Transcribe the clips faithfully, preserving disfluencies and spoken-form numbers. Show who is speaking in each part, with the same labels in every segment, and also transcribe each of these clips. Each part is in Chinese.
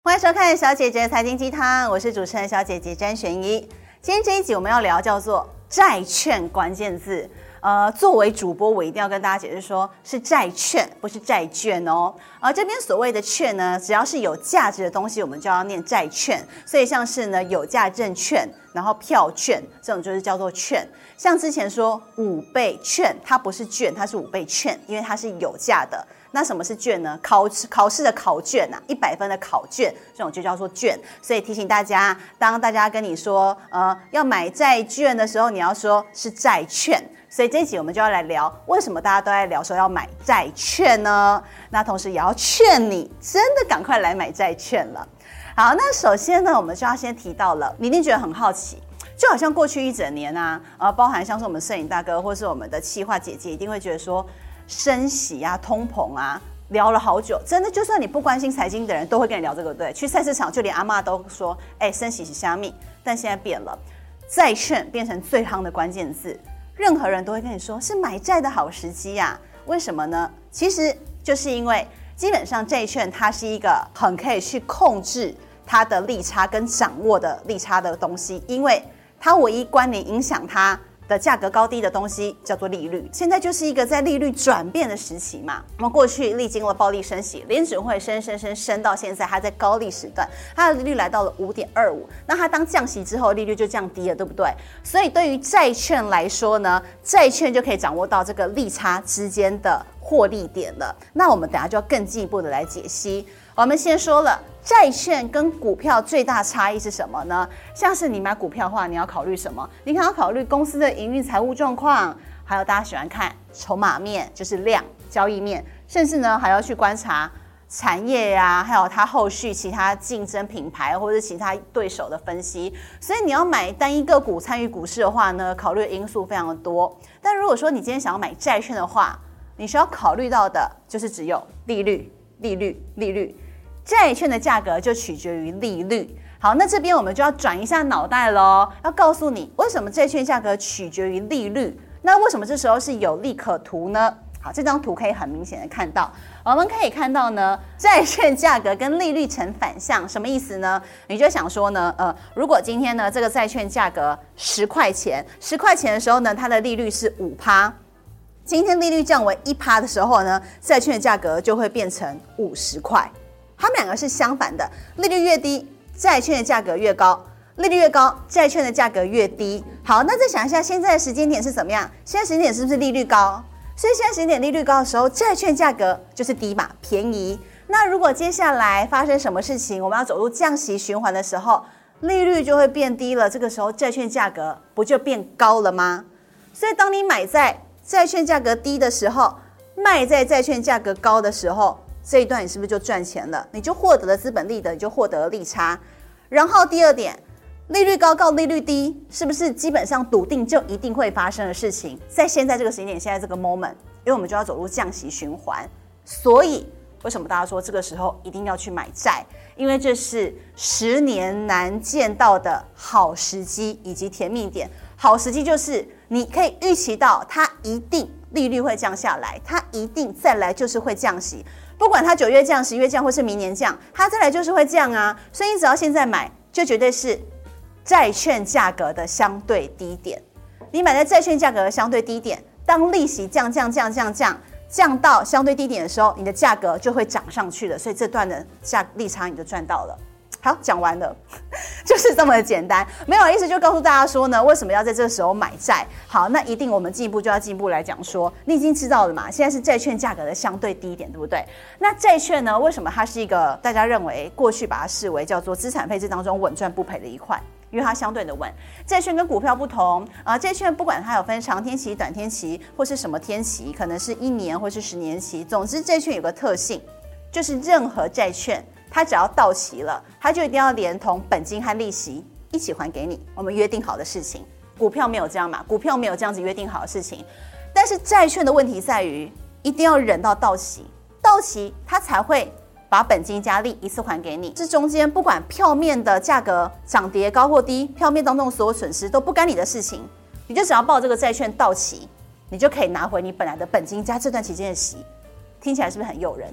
Speaker 1: 欢迎收看小姐姐财经鸡汤，我是主持人小姐姐詹璇依。今天这一集我们要聊叫做债券关键字。呃，作为主播，我一定要跟大家解释说，是债券，不是债券哦。而这边所谓的券呢，只要是有价值的东西，我们就要念债券。所以像是呢有价证券，然后票券，这种就是叫做券。像之前说五倍券，它不是券，它是五倍券，因为它是有价的。那什么是卷呢？考考试的考卷啊，一百分的考卷，这种就叫做卷。所以提醒大家，当大家跟你说，呃，要买债券的时候，你要说是债券。所以这一集我们就要来聊，为什么大家都在聊说要买债券呢？那同时也要劝你，真的赶快来买债券了。好，那首先呢，我们就要先提到了，你一定觉得很好奇。就好像过去一整年啊，呃，包含像是我们摄影大哥或是我们的企划姐姐，一定会觉得说，升息啊、通膨啊，聊了好久，真的就算你不关心财经的人都会跟你聊这个，对？去菜市场就连阿嬷都说，哎、欸，升息是虾米，但现在变了，债券变成最夯的关键字，任何人都会跟你说是买债的好时机呀、啊。为什么呢？其实就是因为基本上债券它是一个很可以去控制它的利差跟掌握的利差的东西，因为它唯一关联影响它的价格高低的东西叫做利率。现在就是一个在利率转变的时期嘛。我们过去历经了暴力升息，联准会升升升升到现在，它在高利时段，它的利率来到了 五点二五。那它当降息之后，利率就降低了，对不对？所以对于债券来说呢，债券就可以掌握到这个利差之间的获利点了。那我们等一下就要更进一步的来解析。我们先说了，债券跟股票最大差异是什么呢？像是你买股票的话，你要考虑什么？你可能要考虑公司的营运财务状况，还有大家喜欢看筹码面，就是量交易面，甚至呢还要去观察产业啊，还有它后续其他竞争品牌或者其他对手的分析。所以你要买单一个股参与股市的话呢，考虑的因素非常的多。但如果说你今天想要买债券的话，你需要考虑到的就是只有利率、利率、利率。债券的价格就取决于利率。好，那这边我们就要转一下脑袋咯，要告诉你为什么债券价格取决于利率。那为什么这时候是有利可图呢？好，这张图可以很明显的看到，我们可以看到呢，债券价格跟利率成反向，什么意思呢？你就想说呢，呃，如果今天呢这个债券价格十块钱，十块钱的时候呢，它的利率是五趴。今天利率降为一趴的时候呢，债券的价格就会变成五十块。它们两个是相反的，利率越低，债券的价格越高；利率越高，债券的价格越低。好，那再想一下，现在的时间点是怎么样？现在时间点是不是利率高？所以现在时间点利率高的时候，债券价格就是低嘛，便宜。那如果接下来发生什么事情，我们要走入降息循环的时候，利率就会变低了，这个时候债券价格不就变高了吗？所以当你买在债券价格低的时候，卖在债券价格高的时候，这一段你是不是就赚钱了？你就获得了资本利得，你就获得了利差。然后第二点，利率高告利率低，是不是基本上笃定就一定会发生的事情？在现在这个时间点，现在这个 moment， 因为我们就要走入降息循环，所以为什么大家说这个时候一定要去买债？因为这是十年难见到的好时机以及甜蜜点。好时机就是你可以预期到它一定利率会降下来，它一定再来就是会降息。不管它九月降、十月降或是明年降，它再来就是会降啊。所以你只要现在买，就绝对是债券价格的相对低点。你买在债券价格的相对低点，当利息降降降降降降到相对低点的时候，你的价格就会涨上去了。所以这段的价利差你就赚到了。好，讲完了，就是这么的简单。没有意思就告诉大家说呢，为什么要在这个时候买债？好，那一定我们进一步就要进一步来讲说，你已经知道了嘛，现在是债券价格的相对低点，对不对？那债券呢，为什么它是一个大家认为过去把它视为叫做资产配置当中稳赚不赔的一块？因为它相对的稳。债券跟股票不同，呃，债券不管它有分长天期、短天期，或是什么天期，可能是一年或是十年期。总之，债券有个特性，就是任何债券它只要到期了，它就一定要连同本金和利息一起还给你，我们约定好的事情。股票没有这样嘛，股票没有这样子约定好的事情。但是债券的问题在于，一定要忍到到期，到期它才会把本金加利一次还给你。这中间不管票面的价格涨跌高或低，票面当中所有损失都不干你的事情，你就只要报这个债券到期，你就可以拿回你本来的本金加这段期间的息。听起来是不是很诱人？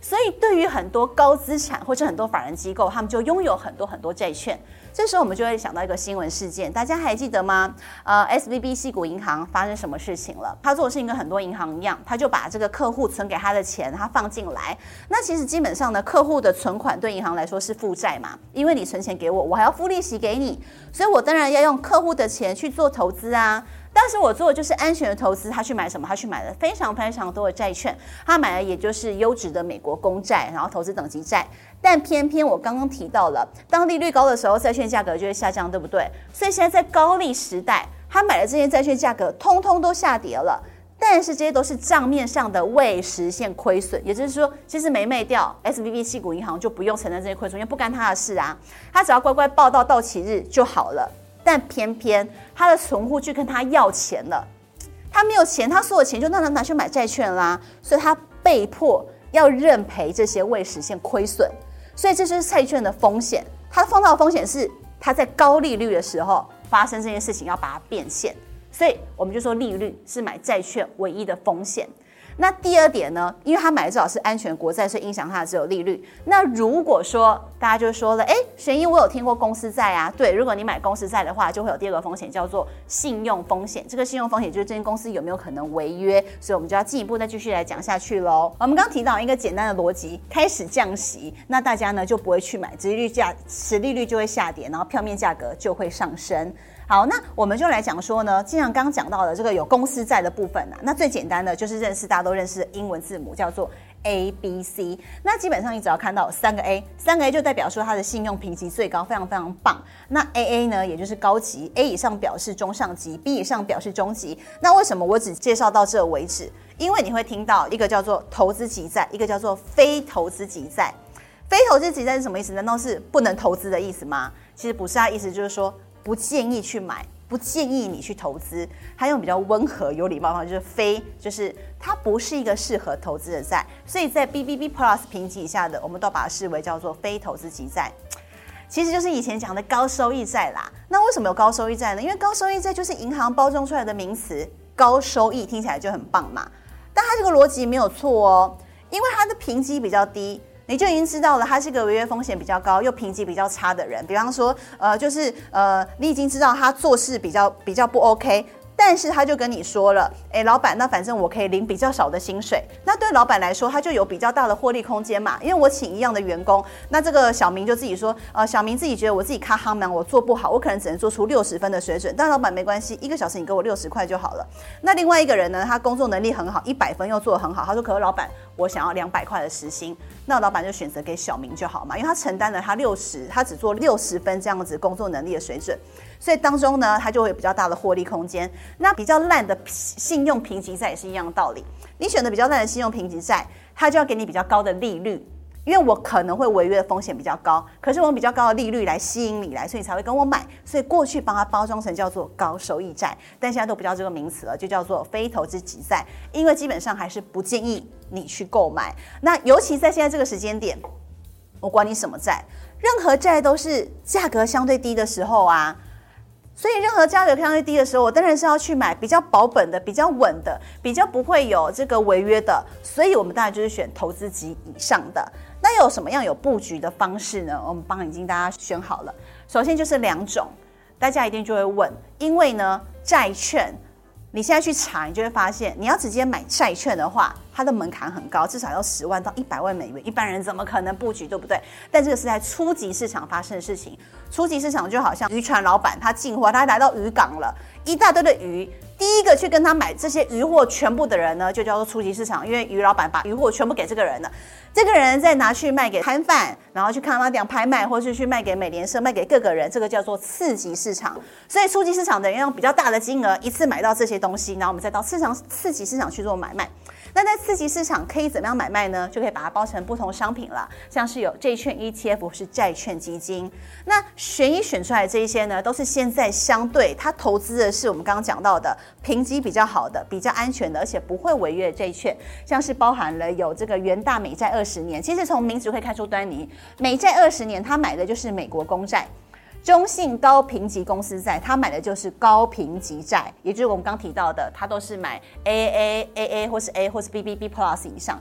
Speaker 1: 所以对于很多高资产或者很多法人机构，他们就拥有很多很多债券。这时候我们就会想到一个新闻事件，大家还记得吗？呃 ，S V B 矽谷银行发生什么事情了？他做的事情跟很多银行一样，他就把这个客户存给他的钱，他放进来。那其实基本上呢，客户的存款对银行来说是负债嘛，因为你存钱给我，我还要付利息给你，所以我当然要用客户的钱去做投资啊。但是我做的就是安全的投资，他去买什么？他去买了非常非常多的债券，他买的也就是优质的美国公债，然后投资等级债。但偏偏我刚刚提到了，当利率高的时候，债券价格就会下降，对不对？所以现在在高利时代，他买的这些债券价格通通都下跌了。但是这些都是账面上的未实现亏损，也就是说，其实没卖掉 S V B 矽谷银行就不用承担这些亏损，因为不干他的事啊，他只要乖乖报到到期日就好了。但偏偏他的存户去跟他要钱了，他没有钱，他所有钱就让他拿去买债券啦，所以他被迫要认赔这些未实现亏损，所以这就是债券的风险。他碰到的风险是他在高利率的时候发生这件事情，要把它变现，所以我们就说利率是买债券唯一的风险。那第二点呢，因为他买的至少是安全国债，所以影响他的只有利率。那如果说大家就说了，哎，玄一我有听过公司债啊，对，如果你买公司债的话，就会有第二个风险叫做信用风险。这个信用风险就是这间公司有没有可能违约，所以我们就要进一步再继续来讲下去喽。我们刚提到一个简单的逻辑，开始降息，那大家呢就不会去买，殖利率价，殖利率就会下跌，然后票面价格就会上升。好，那我们就来讲说呢，既然刚刚讲到的这个有公司债的部分啊，那最简单的就是认识大家都认识的英文字母叫做 A B C。那基本上你只要看到三个 A， 三个 A 就代表说它的信用评级最高，非常非常棒。那 A A 呢，也就是高级 ，A 以上表示中上级 ，B 以上表示中级。那为什么我只介绍到这为止？因为你会听到一个叫做投资级债，一个叫做非投资级债。非投资级债是什么意思？难道是不能投资的意思吗？其实不是，它意思就是说不建议去买，不建议你去投资。它用比较温和有礼貌的方法，就是非，就是它不是一个适合投资的债。所以在 B B B Plus 评级以下的，我们都把它视为叫做非投资级债。其实就是以前讲的高收益债啦。那为什么有高收益债呢？因为高收益债就是银行包装出来的名词，高收益听起来就很棒嘛。但它这个逻辑没有错哦，因为它的评级比较低，你就已经知道了，他是个违约风险比较高又评级比较差的人。比方说，呃，就是呃，你已经知道他做事比较比较不 OK， 但是他就跟你说了，哎，老板，那反正我可以领比较少的薪水。那对老板来说，他就有比较大的获利空间嘛，因为我请一样的员工，那这个小明就自己说，呃，小明自己觉得我自己卡行忙，我做不好，我可能只能做出六十分的水准，但老板没关系，一个小时你给我六十块就好了。那另外一个人呢，他工作能力很好，一百分又做得很好，他说，可是老板，我想要两百块的时薪，那老板就选择给小明就好嘛，因为他承担了他六十，他只做六十分这样子工作能力的水准，所以当中呢，他就会有比较大的获利空间。那比较烂的信用评级债也是一样的道理，你选的比较烂的信用评级债，他就要给你比较高的利率，因为我可能会违约的风险比较高，可是我用比较高的利率来吸引你来，所以你才会跟我买。所以过去帮它包装成叫做高收益债，但现在都不叫这个名词了，就叫做非投资级债，因为基本上还是不建议你去购买。那尤其在现在这个时间点，我管你什么债，任何债都是价格相对低的时候啊。所以任何价格相对低的时候，我当然是要去买比较保本的、比较稳的、比较不会有这个违约的。所以我们当然就是选投资级以上的。那有什么样有布局的方式呢？我们帮已经大家选好了。首先就是两种，大家一定就会问，因为呢债券，你现在去查，你就会发现，你要直接买债券的话，它的门槛很高，至少要十万到一百万美元，一般人怎么可能布局，对不对？但这个是在初级市场发生的事情。初级市场就好像渔船老板，他进货，他来到渔港了，一大堆的鱼，第一个去跟他买这些鱼货全部的人呢，就叫做初级市场，因为鱼老板把鱼货全部给这个人了，这个人再拿去卖给摊贩，然后去康拉店拍卖，或是去卖给美联社，卖给各个人，这个叫做次级市场。所以初级市场的人用比较大的金额一次买到这些东西，然后我们再到市场次级市场去做买卖。那在次级市场可以怎么样买卖呢？就可以把它包成不同商品了，像是有债券 E T F 是债券基金。那选一选出来的这一些呢，都是现在相对它投资的是我们刚刚讲到的评级比较好的、比较安全的，而且不会违约的债券，像是包含了有这个元大美债二十年。其实从名字可以看出端倪，美债二十年它买的就是美国公债。中信高评级公司债，他买的就是高评级债，也就是我们刚提到的，他都是买 A A A A 或是 A 或是 B B B Plus 以上。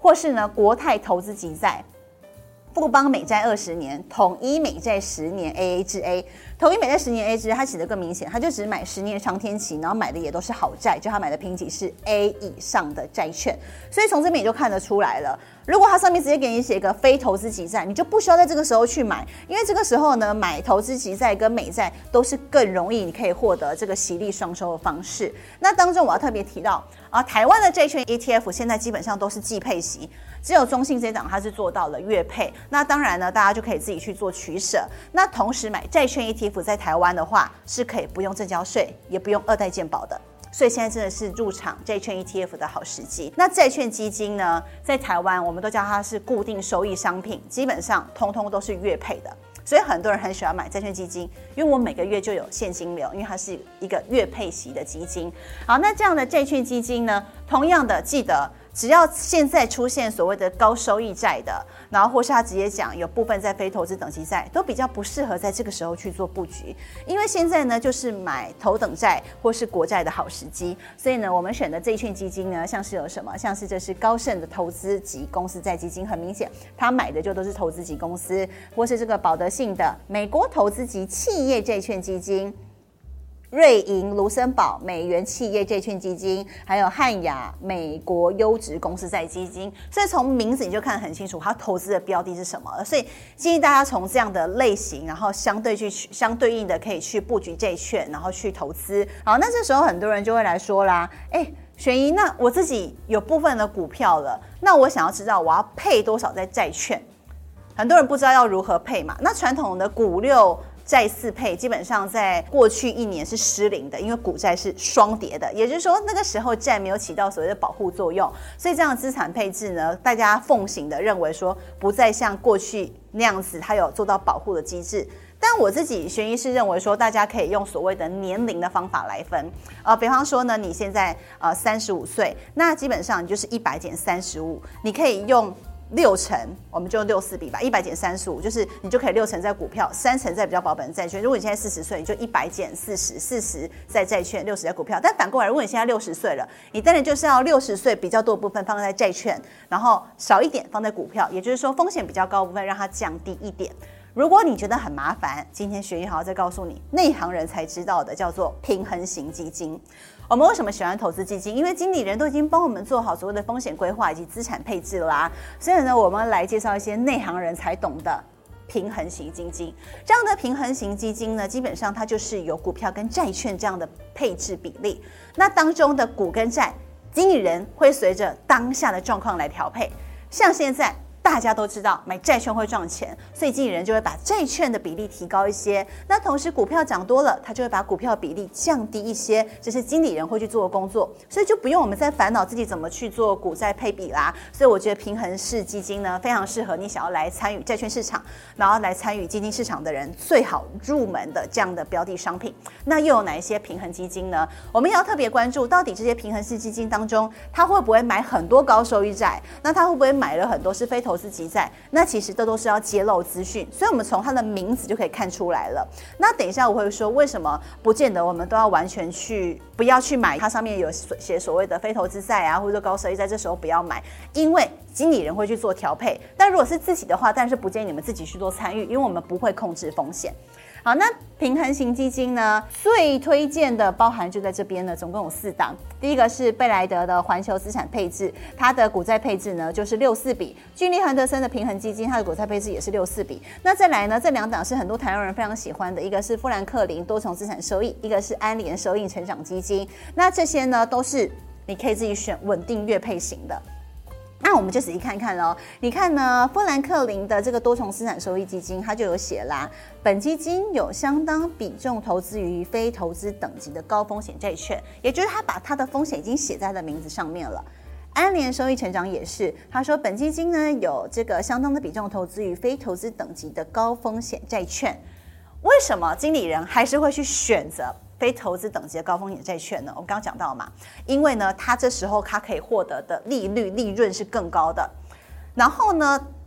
Speaker 1: 或是呢国泰投资级债。富邦美债二十年，统一美债十年 A A 制 A， 统一美债十年 A A 制，它写的更明显，它就只买十年长天期，然后买的也都是好债，就他买的评级是 A 以上的债券，所以从这边也就看得出来了。如果它上面直接给你写一个非投资级债，你就不需要在这个时候去买，因为这个时候呢，买投资级债跟美债都是更容易你可以获得这个息利双收的方式。那当中我要特别提到啊，台湾的债券 E T F 现在基本上都是季配息，只有中信这档它是做到了月配。那当然呢，大家就可以自己去做取舍。那同时买债券 E T F 在台湾的话，是可以不用证交税，也不用二代健保的。所以现在真的是入场债券 E T F 的好时机。那债券基金呢，在台湾我们都叫它是固定收益商品，基本上通通都是月配的。所以很多人很喜欢买债券基金，因为我每个月就有现金流，因为它是一个月配息的基金。好，那这样的债券基金呢，同样的记得，只要现在出现所谓的高收益债的，然后或是他直接讲有部分在非投资等级债，都比较不适合在这个时候去做布局，因为现在呢就是买头等债或是国债的好时机。所以呢，我们选的债券基金呢，像是有什么，像是这是高盛的投资级公司债基金，很明显他买的就都是投资级公司，或是这个保德信的美国投资级企业债券基金。瑞银、卢森堡美元企业债券基金，还有汉雅美国优质公司债基金，所以从名字你就看得很清楚，它投资的标的是什么了。所以建议大家从这样的类型，然后相对去相对应的可以去布局债券，然后去投资。好，那这时候很多人就会来说啦，哎，璇怡，那我自己有部分的股票了，那我想要知道我要配多少在债券？很多人不知道要如何配嘛。那传统的股六债四配基本上在过去一年是失灵的，因为股债是双跌的，也就是说那个时候债没有起到所谓的保护作用，所以这样的资产配置呢，大家奉行的认为说不再像过去那样子，它有做到保护的机制。但我自己璇怡是认为说，大家可以用所谓的年龄的方法来分，呃，比方说呢，你现在呃三十五岁，那基本上你就是一百减三十五，你可以用六成，我们就用六四比吧，一百减三十五，就是你就可以六成在股票，三成在比较保本的债券。如果你现在四十岁，你就一百减四十，四十在债券，六十在股票。但反过来，如果你现在六十岁了，你当然就是要六十岁比较多的部分放在债券，然后少一点放在股票，也就是说风险比较高的部分让它降低一点。如果你觉得很麻烦，今天璇怡好好再告诉你，内行人才知道的叫做平衡型基金。我们为什么喜欢投资基金？因为经理人都已经帮我们做好所谓的风险规划以及资产配置了啦。所以呢，我们来介绍一些内行人才懂的平衡型基金。这样的平衡型基金呢，基本上它就是有股票跟债券这样的配置比例。那当中的股跟债，经理人会随着当下的状况来调配。像现在大家都知道买债券会赚钱，所以经理人就会把债券的比例提高一些。那同时股票涨多了，他就会把股票比例降低一些，这是经理人会去做的工作，所以就不用我们再烦恼自己怎么去做股债配比啦。所以我觉得平衡式基金呢，非常适合你想要来参与债券市场，然后来参与基金市场的人最好入门的这样的标的商品。那又有哪一些平衡基金呢？我们也要特别关注，到底这些平衡式基金当中，他会不会买很多高收益债？那他会不会买了很多是非投资级债？那其实这都是要揭露资讯，所以我们从它的名字就可以看出来了。那等一下我会说，为什么不见得我们都要完全去不要去买它上面有写所谓的非投资债啊，或者说高收益债，这时候不要买，因为经理人会去做调配。但如果是自己的话，当然是不建议你们自己去做参与，因为我们不会控制风险。好，那平衡型基金呢，最推荐的包含就在这边呢，总共有四档。第一个是贝莱德的环球资产配置，它的股债配置呢就是六四比；君利亨德森的平衡基金，它的股债配置也是六四比。那再来呢，这两档是很多台湾人非常喜欢的，一个是富兰克林多重资产收益，一个是安联收益成长基金。那这些呢都是你可以自己选稳定月配型的。那我们就仔细看看咯。你看呢，富兰克林的这个多重资产收益基金，它就有写啦，本基金有相当比重投资于非投资等级的高风险债券，也就是它把它的风险已经写在它的名字上面了。安联收益成长也是，他说本基金呢有这个相当的比重投资于非投资等级的高风险债券。为什么经理人还是会去选择非投资等级的高风险债券呢？我们刚刚讲到嘛，因为呢，它这时候它可以获得的利率利润是更高的。然后呢，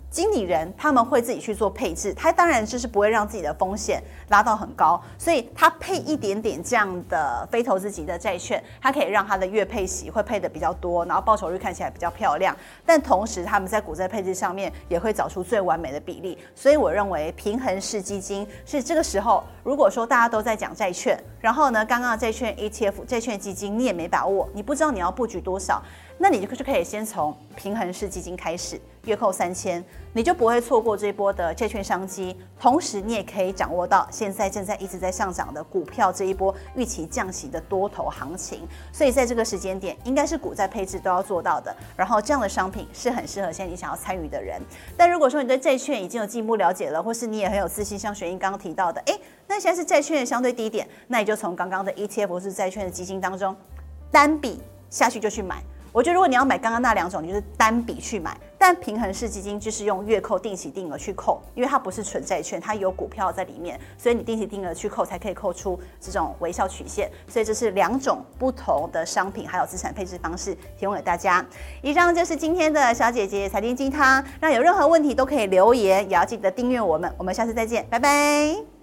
Speaker 1: 经理人他们会自己去做配置，他当然就是不会让自己的风险拉到很高，所以他配一点点这样的非投资级的债券，它可以让他的月配息会配的比较多，然后报酬率看起来比较漂亮，但同时他们在股债配置上面也会找出最完美的比例。所以我认为平衡式基金是这个时候，如果说大家都在讲债券，然后呢刚刚的债券 E T F 债券基金你也没把握，你不知道你要布局多少，那你就可以先从平衡式基金开始，月扣三千，你就不会错过这波的债券商机。同时，你也可以掌握到现在正在一直在上涨的股票这一波预期降息的多头行情。所以在这个时间点，应该是股债配置都要做到的。然后这样的商品是很适合现在你想要参与的人。但如果说你对债券已经有进一步了解了，或是你也很有自信，像玄英刚刚提到的，哎，那现在是债券相对低点，那你就从刚刚的 E T F 或是债券的基金当中单笔下去就去买。我觉得如果你要买刚刚那两种，你就是单笔去买，但平衡式基金就是用月扣定期定额去扣，因为它不是纯债券，它有股票在里面，所以你定期定额去扣才可以扣出这种微笑曲线。所以这是两种不同的商品还有资产配置方式提供给大家。以上就是今天的小姐姐财经鸡汤，那有任何问题都可以留言，也要记得订阅我们，我们下次再见，拜拜。